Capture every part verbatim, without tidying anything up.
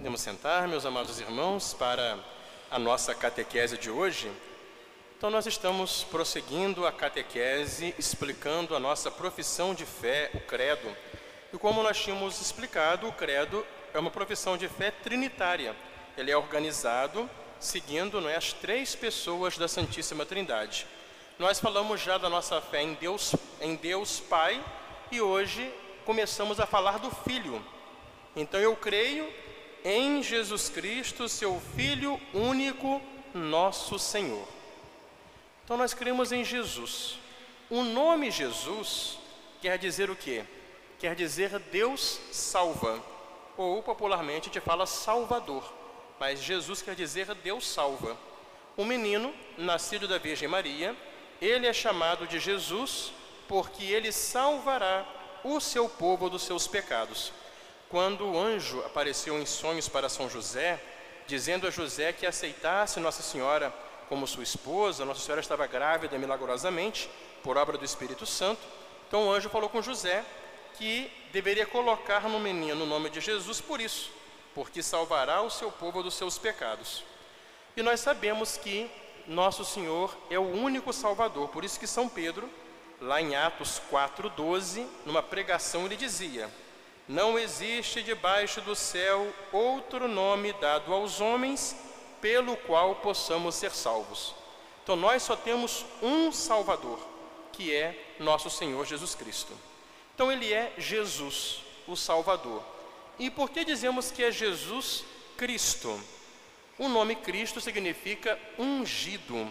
Podemos sentar, meus amados irmãos, para a nossa catequese de hoje. Então, nós estamos prosseguindo a catequese, explicando a nossa profissão de fé, o credo. E como nós tínhamos explicado, o credo é uma profissão de fé trinitária. Ele é organizado seguindo, não é, as três pessoas da Santíssima Trindade. Nós falamos já da nossa fé em Deus, em Deus Pai, e hoje começamos a falar do Filho. Então, eu creio em Jesus Cristo, seu Filho único, nosso Senhor. Então, nós cremos em Jesus. O nome Jesus quer dizer o quê? Quer dizer Deus salva, ou popularmente a gente fala Salvador, mas Jesus quer dizer Deus salva. O menino, nascido da Virgem Maria, ele é chamado de Jesus porque ele salvará o seu povo dos seus pecados. Quando o anjo apareceu em sonhos para São José, dizendo a José que aceitasse Nossa Senhora como sua esposa, Nossa Senhora estava grávida milagrosamente, por obra do Espírito Santo. Então o anjo falou com José que deveria colocar no menino o nome de Jesus por isso, porque salvará o seu povo dos seus pecados. E nós sabemos que Nosso Senhor é o único Salvador, por isso que São Pedro, lá em Atos quatro, doze, numa pregação ele dizia: não existe debaixo do céu outro nome dado aos homens pelo qual possamos ser salvos. Então nós só temos um Salvador, que é nosso Senhor Jesus Cristo. Então ele é Jesus, o Salvador. E por que dizemos que é Jesus Cristo? O nome Cristo significa ungido.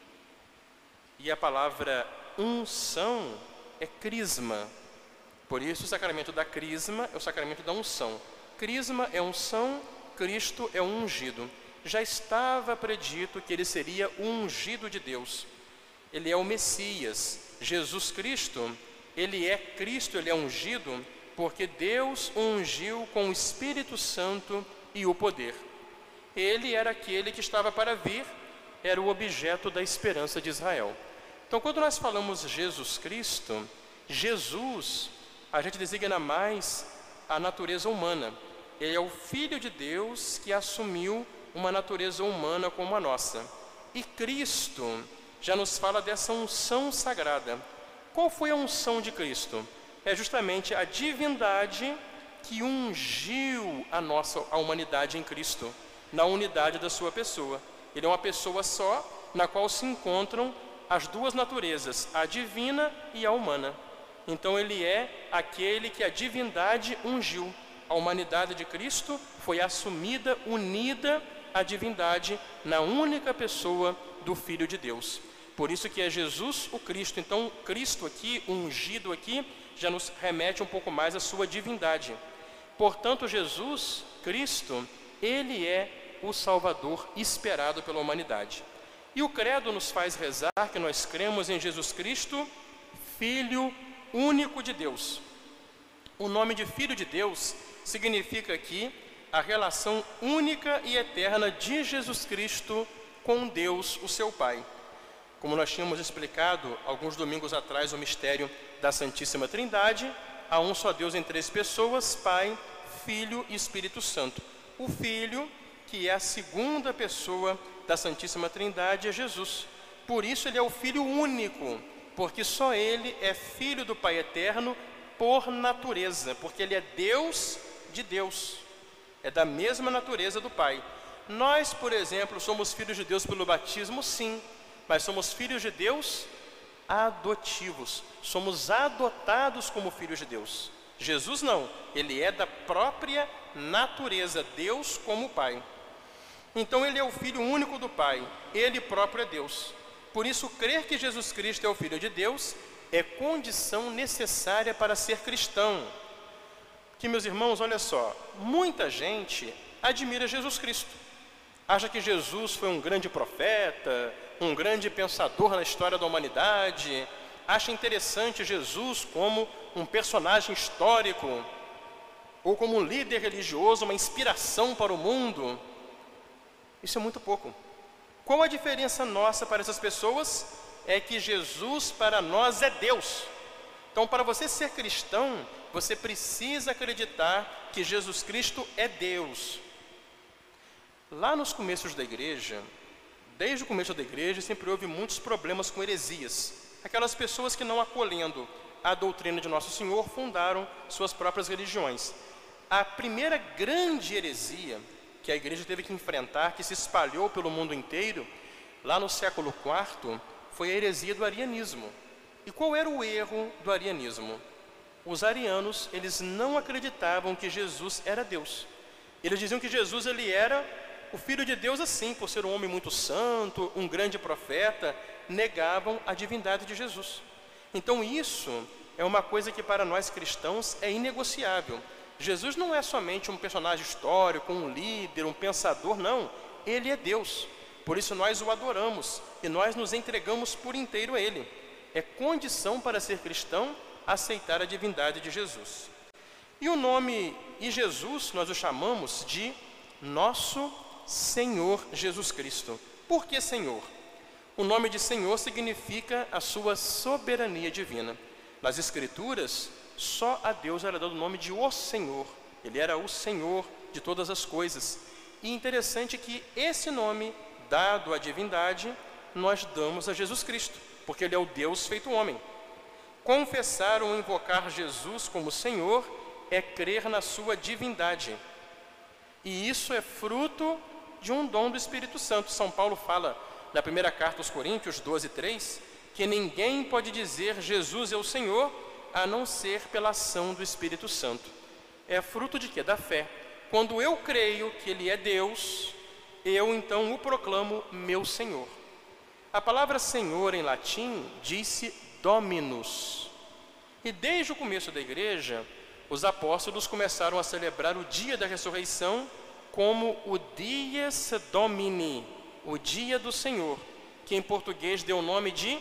E a palavra unção é crisma. Por isso o sacramento da crisma é o sacramento da unção. Crisma é unção, Cristo é um ungido. Já estava predito que ele seria o ungido de Deus. Ele é o Messias. Jesus Cristo, ele é Cristo, ele é ungido, porque Deus o ungiu com o Espírito Santo e o poder. Ele era aquele que estava para vir, era o objeto da esperança de Israel. Então, quando nós falamos Jesus Cristo, Jesus, a gente designa mais a natureza humana. Ele é o Filho de Deus que assumiu uma natureza humana como a nossa. E Cristo já nos fala dessa unção sagrada. Qual foi a unção de Cristo? É justamente a divindade que ungiu a nossa a humanidade em Cristo, na unidade da sua pessoa. Ele é uma pessoa só, na qual se encontram as duas naturezas, a divina e a humana. Então ele é aquele que a divindade ungiu. A humanidade de Cristo foi assumida, unida à divindade na única pessoa do Filho de Deus. Por isso que é Jesus o Cristo. Então Cristo aqui, ungido aqui, já nos remete um pouco mais à sua divindade. Portanto, Jesus, Cristo, ele é o Salvador esperado pela humanidade. E o credo nos faz rezar que nós cremos em Jesus Cristo, Filho único de Deus. O nome de Filho de Deus significa aqui a relação única e eterna de Jesus Cristo com Deus, o seu Pai. Como nós tínhamos explicado alguns domingos atrás o mistério da Santíssima Trindade, há um só Deus em três pessoas, Pai, Filho e Espírito Santo. O Filho, que é a segunda pessoa da Santíssima Trindade, é Jesus. Por isso ele é o Filho único, porque só ele é Filho do Pai Eterno por natureza, porque ele é Deus de Deus, é da mesma natureza do Pai. Nós, por exemplo, somos filhos de Deus pelo batismo, sim, mas somos filhos de Deus adotivos, somos adotados como filhos de Deus. Jesus não, ele é da própria natureza, Deus como Pai. Então ele é o Filho único do Pai, ele próprio é Deus. Por isso, crer que Jesus Cristo é o Filho de Deus é condição necessária para ser cristão. Que, meus irmãos, olha só, muita gente admira Jesus Cristo. Acha que Jesus foi um grande profeta, um grande pensador na história da humanidade. Acha interessante Jesus como um personagem histórico, ou como um líder religioso, uma inspiração para o mundo. Isso é muito pouco. Qual a diferença nossa para essas pessoas? É que Jesus para nós é Deus. Então, para você ser cristão, você precisa acreditar que Jesus Cristo é Deus. Lá nos começos da igreja, desde o começo da igreja, sempre houve muitos problemas com heresias. Aquelas pessoas que, não acolhendo a doutrina de Nosso Senhor, fundaram suas próprias religiões. A primeira grande heresia que a igreja teve que enfrentar, que se espalhou pelo mundo inteiro, lá no século quarto, foi a heresia do arianismo. E qual era o erro do arianismo? Os arianos, eles não acreditavam que Jesus era Deus. Eles diziam que Jesus ele era o Filho de Deus assim, por ser um homem muito santo, um grande profeta, negavam a divindade de Jesus. Então isso é uma coisa que para nós cristãos é inegociável. Jesus não é somente um personagem histórico, um líder, um pensador, não. Ele é Deus. Por isso nós o adoramos e nós nos entregamos por inteiro a Ele. É condição para ser cristão aceitar a divindade de Jesus. E o nome e Jesus nós o chamamos de Nosso Senhor Jesus Cristo. Por que Senhor? O nome de Senhor significa a sua soberania divina. Nas Escrituras, só a Deus era dado o nome de o Senhor. Ele era o Senhor de todas as coisas. E interessante que esse nome, dado à divindade, nós damos a Jesus Cristo, porque Ele é o Deus feito homem. Confessar ou invocar Jesus como Senhor é crer na sua divindade. E isso é fruto de um dom do Espírito Santo. São Paulo fala na primeira carta aos Coríntios, doze, três, que ninguém pode dizer Jesus é o Senhor, a não ser pela ação do Espírito Santo. É fruto de quê? Da fé. Quando eu creio que Ele é Deus, eu então o proclamo meu Senhor. A palavra Senhor em latim diz-se Dominus. E desde o começo da igreja, os apóstolos começaram a celebrar o dia da ressurreição como o Dies Domini, o dia do Senhor, que em português deu o nome de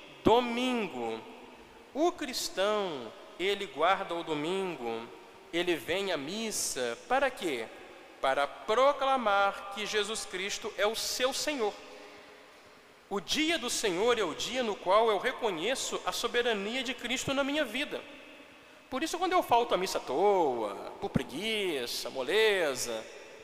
domingo. O cristão, ele guarda o domingo, ele vem à missa, para quê? Para proclamar que Jesus Cristo é o seu Senhor. O dia do Senhor é o dia no qual eu reconheço a soberania de Cristo na minha vida. Por isso, quando eu falto à missa à toa, por preguiça, moleza,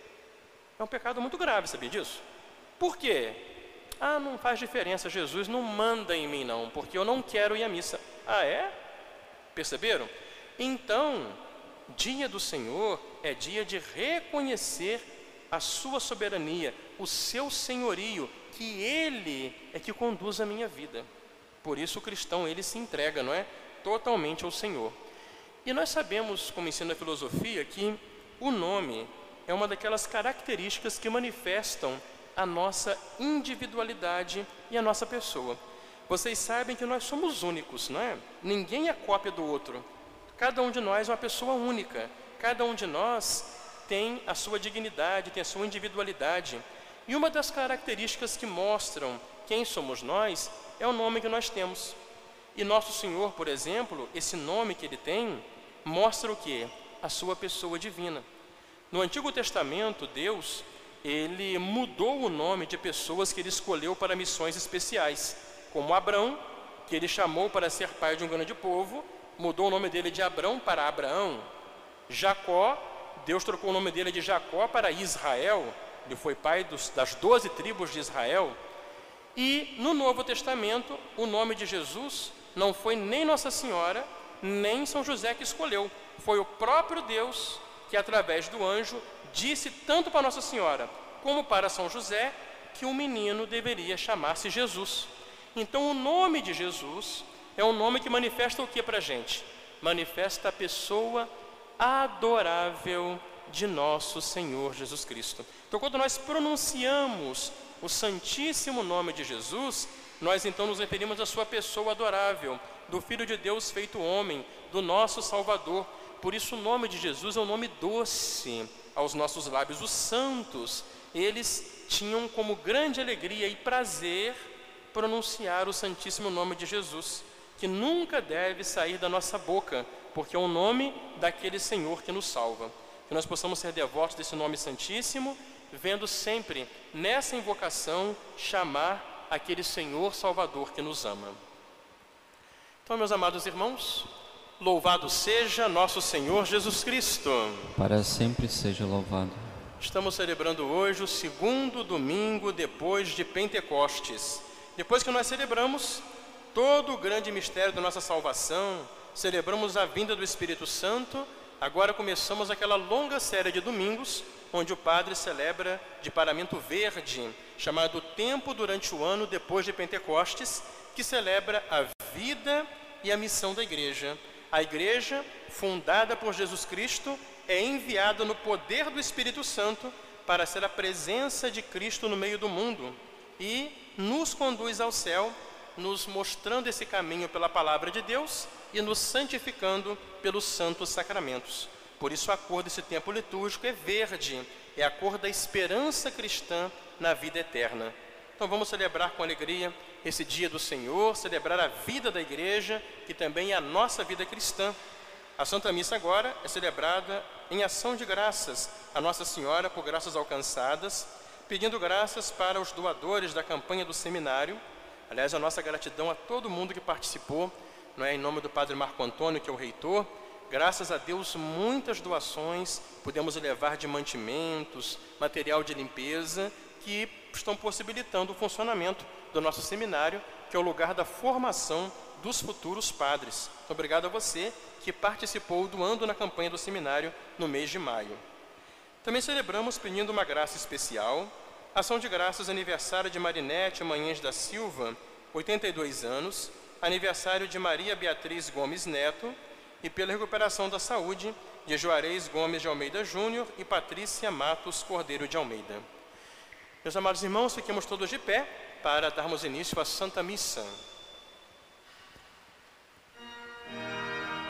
é um pecado muito grave, sabia disso? Por quê? Ah, não faz diferença, Jesus não manda em mim não, porque eu não quero ir à missa. Ah, é? Perceberam? Então, dia do Senhor é dia de reconhecer a sua soberania, o seu senhorio, que Ele é que conduz a minha vida. Por isso o cristão, ele se entrega, não é? Totalmente ao Senhor. E nós sabemos, como ensina a filosofia, que o nome é uma daquelas características que manifestam a nossa individualidade e a nossa pessoa. Vocês sabem que nós somos únicos, não é? Ninguém é cópia do outro. Cada um de nós é uma pessoa única. Cada um de nós tem a sua dignidade, tem a sua individualidade. E uma das características que mostram quem somos nós é o nome que nós temos. E Nosso Senhor, por exemplo, esse nome que Ele tem, mostra o quê? A sua pessoa divina. No Antigo Testamento, Deus, Ele mudou o nome de pessoas que Ele escolheu para missões especiais, como Abrão, que Ele chamou para ser pai de um grande povo, mudou o nome dele de Abrão para Abraão. Jacó, Deus trocou o nome dele de Jacó para Israel, ele foi pai dos, das doze tribos de Israel. E no Novo Testamento, o nome de Jesus não foi nem Nossa Senhora, nem São José que escolheu. Foi o próprio Deus que, através do anjo, disse tanto para Nossa Senhora como para São José que o menino deveria chamar-se Jesus. Então, o nome de Jesus é um nome que manifesta o que para a gente? Manifesta a pessoa adorável de nosso Senhor Jesus Cristo. Então, quando nós pronunciamos o santíssimo nome de Jesus, nós então nos referimos à sua pessoa adorável, do Filho de Deus feito homem, do nosso Salvador. Por isso o nome de Jesus é um nome doce aos nossos lábios. Os santos, eles tinham como grande alegria e prazer pronunciar o santíssimo nome de Jesus, que nunca deve sair da nossa boca, porque é o nome daquele Senhor que nos salva. Que nós possamos ser devotos desse nome santíssimo, vendo sempre nessa invocação chamar aquele Senhor Salvador que nos ama. Então, meus amados irmãos, louvado seja nosso Senhor Jesus Cristo. Para sempre seja louvado. Estamos celebrando hoje o segundo domingo depois de Pentecostes. Depois que nós celebramos todo o grande mistério da nossa salvação, celebramos a vinda do Espírito Santo, agora começamos aquela longa série de domingos, onde o Padre celebra de paramento verde, chamado Tempo durante o ano depois de Pentecostes, que celebra a vida e a missão da Igreja. A Igreja, fundada por Jesus Cristo, é enviada no poder do Espírito Santo para ser a presença de Cristo no meio do mundo e nos conduz ao céu, nos mostrando esse caminho pela palavra de Deus e nos santificando pelos santos sacramentos. Por isso a cor desse tempo litúrgico é verde, é a cor da esperança cristã na vida eterna. Então vamos celebrar com alegria esse dia do Senhor, celebrar a vida da Igreja, que também é a nossa vida cristã. A Santa Missa agora é celebrada em ação de graças a Nossa Senhora por graças alcançadas, pedindo graças para os doadores da campanha do seminário. Aliás, a nossa gratidão a todo mundo que participou, não é? Em nome do Padre Marco Antônio, que é o reitor. Graças a Deus, muitas doações pudemos levar de mantimentos, material de limpeza, que estão possibilitando o funcionamento do nosso seminário, que é o lugar da formação dos futuros padres. Então, obrigado a você que participou doando na campanha do seminário no mês de maio. Também celebramos pedindo uma graça especial, ação de graças aniversário de Marinete Manhães da Silva, oitenta e dois anos, aniversário de Maria Beatriz Gomes Neto, e pela recuperação da saúde de Juarez Gomes de Almeida Júnior e Patrícia Matos Cordeiro de Almeida. Meus amados irmãos, fiquemos todos de pé para darmos início à Santa Missa.